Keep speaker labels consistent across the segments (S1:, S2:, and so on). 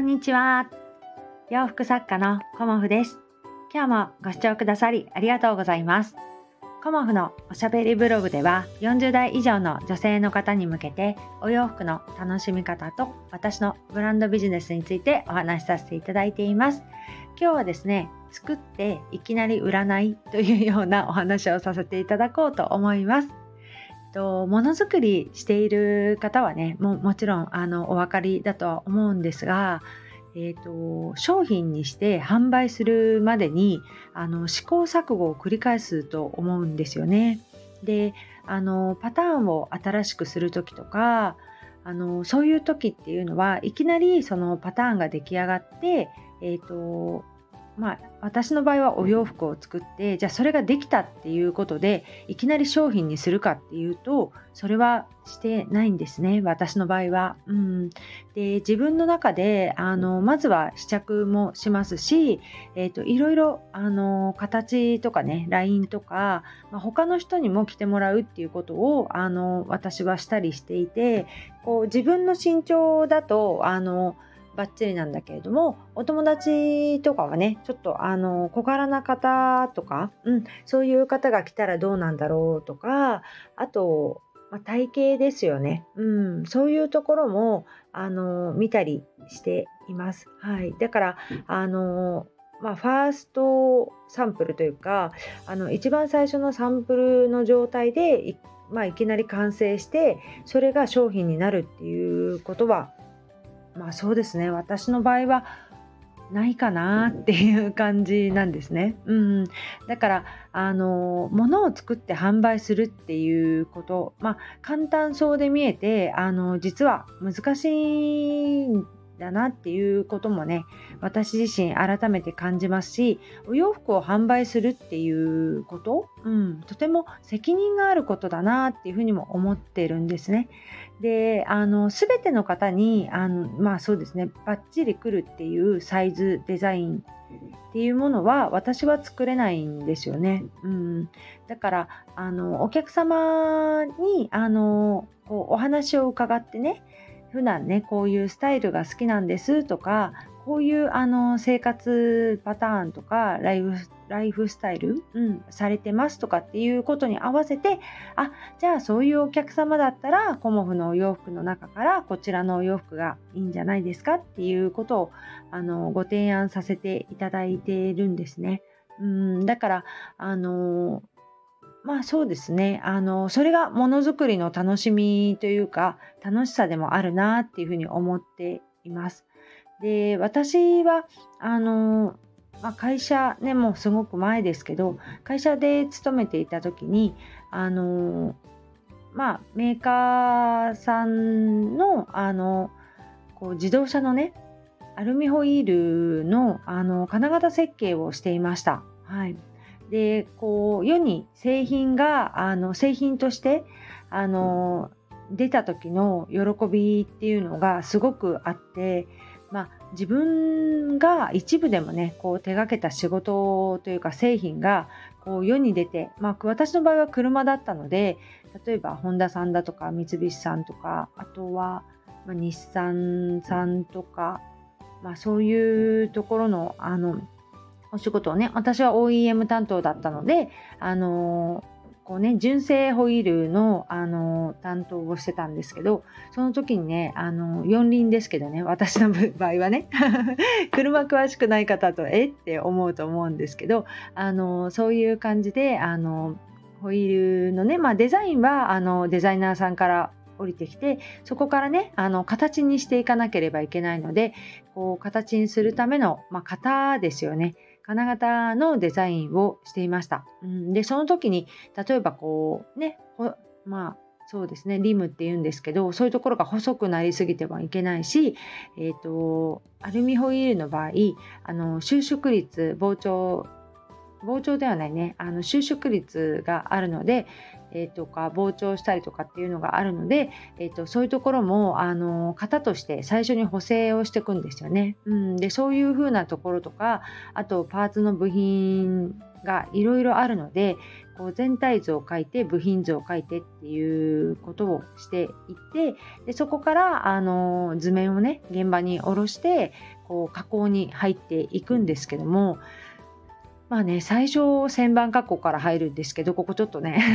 S1: んにちは。洋服作家のコモフです。今日もご視聴くださりありがとうございます。コモフのおしゃべりブログでは40代以上の女性の方に向けてお洋服の楽しみ方と私のブランドビジネスについてお話しさせていただいています。今日はですね、作っていきなり売らないというようなお話をさせていただこうと思います。ものづくりしている方はね、もちろんお分かりだとは思うんですが、商品にして販売するまでに試行錯誤を繰り返すと思うんですよね。で、パターンを新しくする時とか、そういう時っていうのはいきなりそのパターンが出来上がって、私の場合はお洋服を作って、じゃあそれができたっていうことでいきなり商品にするかっていうと、それはしてないんですね、私の場合は。で、自分の中でまずは試着もしますし、いろいろ形とかね、ラインとか、他の人にも着てもらうっていうことを私はしたりしていて、自分の身長だとバッチリなんだけれども、お友達とかはね、ちょっと小柄な方とか、そういう方が来たらどうなんだろうとか、あと、体型ですよね、そういうところも見たりしています。はい、だからファーストサンプルというか、一番最初のサンプルの状態でいきなり完成して、それが商品になるっていうことはそうですね、私の場合はないかなっていう感じなんですね。だから物を作って販売するっていうこと、簡単そうで見えて実は難しいんだなっていうこともね、私自身改めて感じますし、お洋服を販売するっていうこと、とても責任があることだなっていうふうにも思ってるんですね。で、全ての方にそうですね、バッチリ来るっていうサイズデザインっていうものは私は作れないんですよね。だからお客様にお話を伺ってね、普段ねこういうスタイルが好きなんですとか、こういう生活パターンとかライフスタイル、されてますとかっていうことに合わせて、じゃあそういうお客様だったらコモフのお洋服の中からこちらのお洋服がいいんじゃないですかっていうことをご提案させていただいているんですね。だからそうですね。それがものづくりの楽しみというか、楽しさでもあるなっていうふうに思っています。で、私は、会社ね、もうすごく前ですけど、会社で勤めていた時に、メーカーさんの、自動車のね、アルミホイールの、金型設計をしていました。はい。で、世に製品として出た時の喜びっていうのがすごくあって、自分が一部でもね手がけた仕事というか製品が世に出て、私の場合は車だったので、例えばホンダさんだとか三菱さんとか、あとは、日産さんとか、そういうところのお仕事をね、私は OEM 担当だったので、純正ホイールの、担当をしてたんですけど、その時にね、四輪ですけどね、私の場合はね、車詳しくない方とって思うと思うんですけど、そういう感じで、ホイールのね、デザインはデザイナーさんから降りてきて、そこからね形にしていかなければいけないので、形にするための、型ですよね、金型のデザインをしていました。で、その時に例えばそうですね、リムって言うんですけど、そういうところが細くなりすぎてはいけないし、アルミホイールの場合収縮率、膨張膨張ではないね、収縮率があるので、膨張したりとかっていうのがあるので、そういうところも型として最初に補正をしていくんですよね。でそういう風なところとか、あとパーツの部品がいろいろあるので、こう全体図を書いて部品図を書いてっていうことをしていって、でそこから図面をね現場に下ろしてこう加工に入っていくんですけども、まあね、最初旋盤加工から入るんですけど、ここちょっとね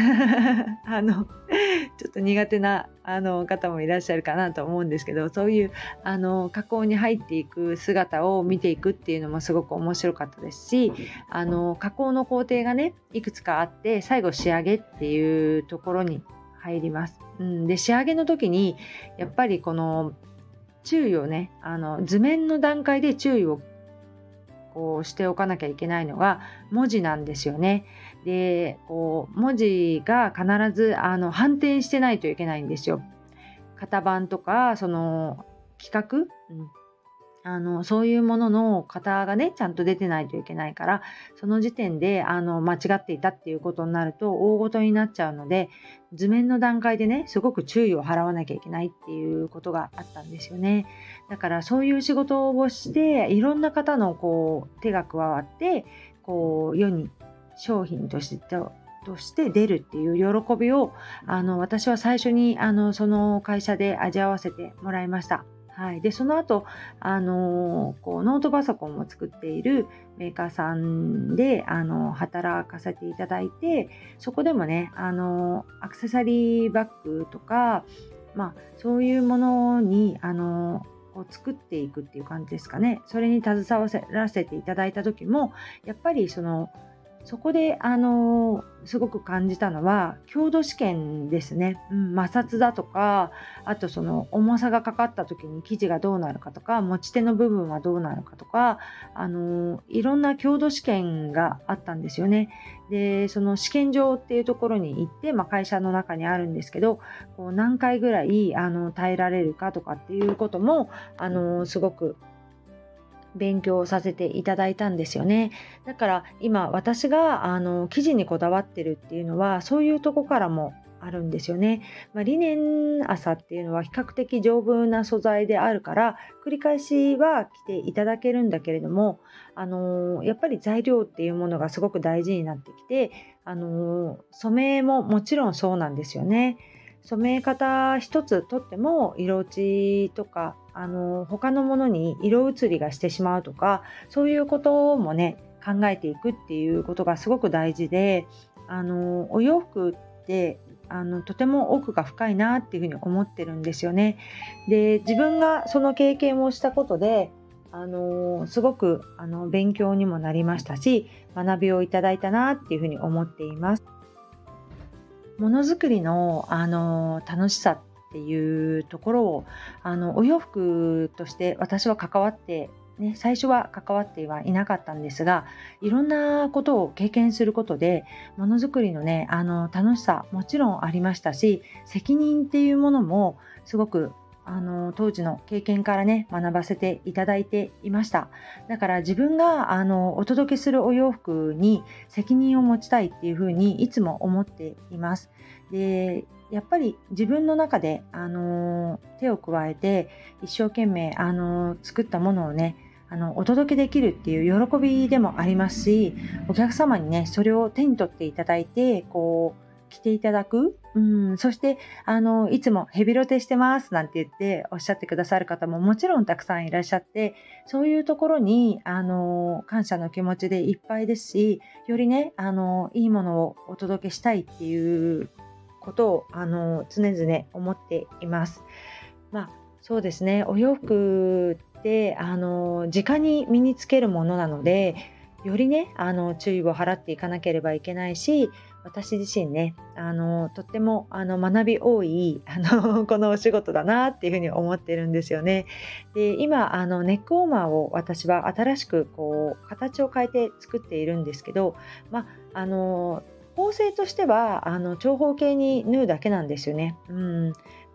S1: ちょっと苦手な方もいらっしゃるかなと思うんですけど、そういう加工に入っていく姿を見ていくっていうのもすごく面白かったですし、加工の工程がねいくつかあって、最後仕上げっていうところに入ります。で仕上げの時にやっぱりこの注意をね、図面の段階で注意をこうしておかなきゃいけないのが文字なんですよね。で、こう文字が必ず反転してないといけないんですよ。型番とかその規格、そういうものの型がねちゃんと出てないといけないから、その時点で間違っていたっていうことになると大ごとになっちゃうので、図面の段階でねすごく注意を払わなきゃいけないっていうことがあったんですよね。だからそういう仕事をしていろんな方のこう手が加わってこう世に商品として出るっていう喜びを私は最初にその会社で味わわせてもらいました。はい、でその後、こうノートパソコンを作っているメーカーさんで働かせていただいて、そこでもねアクセサリーバッグとか、そういうものにこう作っていくっていう感じですかね。それに携わらせていただいた時もやっぱりそこですごく感じたのは強度試験ですね。摩擦だとか、あとその重さがかかった時に生地がどうなるかとか、持ち手の部分はどうなるかとか、いろんな強度試験があったんですよね。で、その試験場っていうところに行って、会社の中にあるんですけど、こう何回ぐらい耐えられるかとかっていうこともすごく勉強させていただいたんですよね。だから今私が生地にこだわってるっていうのはそういうとこからもあるんですよね。リネン麻っていうのは比較的丈夫な素材であるから繰り返しは着ていただけるんだけれども、やっぱり材料っていうものがすごく大事になってきて、染めももちろんそうなんですよね。染め方一つとっても色落ちとか他のものに色移りがしてしまうとか、そういうこともね考えていくっていうことがすごく大事で、お洋服ってとても奥が深いなっていうふうに思ってるんですよね。で自分がその経験をしたことですごく勉強にもなりましたし、学びをいただいたなっていうふうに思っています。ものづくりの、楽しさっていうところをお洋服として私は関わって、最初は関わってはいなかったんですが、いろんなことを経験することでものづくりのね楽しさもちろんありましたし、責任っていうものもすごく当時の経験からね学ばせていただいていました。だから自分がお届けするお洋服に責任を持ちたいっていうふうにいつも思っています。でやっぱり自分の中で手を加えて一生懸命作ったものをねお届けできるっていう喜びでもありますし、お客様にねそれを手に取っていただいてこう着ていただく、そしていつもヘビロテしてますなんて言っておっしゃってくださる方ももちろんたくさんいらっしゃって、そういうところに感謝の気持ちでいっぱいですし、よりねいいものをお届けしたいっていうことを常々思っています。そうですね、お洋服って直に身につけるものなので、よりね注意を払っていかなければいけないし、私自身ねとっても学び多いこのお仕事だなっていうふうに思ってるんですよね。で今ネックウォーマーを私は新しくこう形を変えて作っているんですけど、構成としては長方形に縫うだけなんですよね。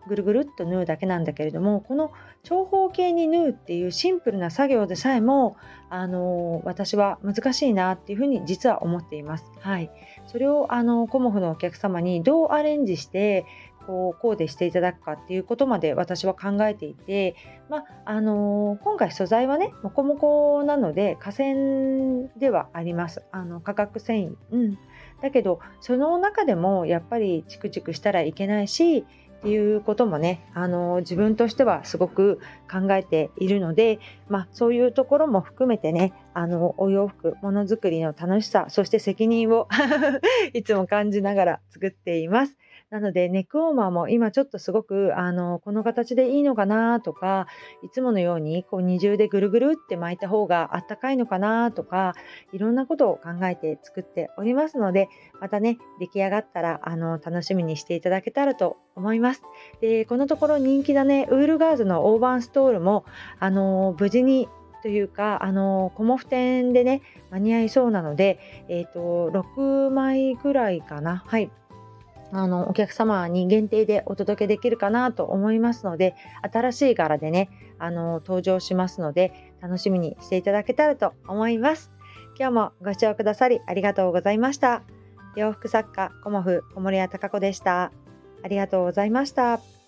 S1: ぐるぐるっと縫うだけなんだけれども、この長方形に縫うっていうシンプルな作業でさえも私は難しいなっていうふうに実は思っています。はい、それをコモフのお客様にどうアレンジしてコーデしていただくかっていうことまで私は考えていて、今回素材はねモコモコなので化繊ではあります。化学繊維、だけどその中でもやっぱりチクチクしたらいけないしっていうこともね、自分としてはすごく考えているので、そういうところも含めてね、お洋服ものづくりの楽しさ、そして責任をいつも感じながら作っています。なのでネックウォーマーも今ちょっとすごくこの形でいいのかなとか、いつものようにこう二重でぐるぐるって巻いた方があったかいのかなとか、いろんなことを考えて作っておりますので、またね出来上がったら楽しみにしていただけたらと思います。で、このところ人気だねウールガーズの大判ストールも無事にというかコモフ店でね間に合いそうなので、6枚ぐらいかな、はい、お客様に限定でお届けできるかなと思いますので、新しい柄でね登場しますので楽しみにしていただけたらと思います。今日もご視聴くださりありがとうございました。洋服作家コモフ小森屋貴子でした。ありがとうございました。